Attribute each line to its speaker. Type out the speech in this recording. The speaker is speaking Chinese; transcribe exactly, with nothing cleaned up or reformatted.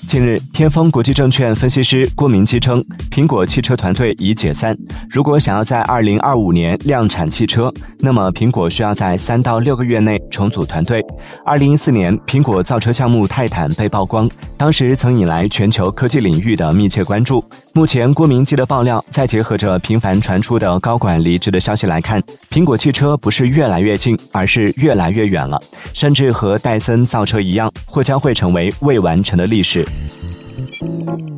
Speaker 1: 近日，天风国际证券分析师郭明基称，苹果汽车团队已解散。如果想要在二零二五年量产汽车，那么苹果需要在三到六个月内重组团队。二零一四年，苹果造车项目泰坦被曝光，当时曾引来全球科技领域的密切关注。目前，郭明基的爆料再结合着频繁传出的高管离职的消息来看，苹果汽车不是越来越近，而是越来越远了，甚至和戴森造车一样，或将会成为未完成的历史。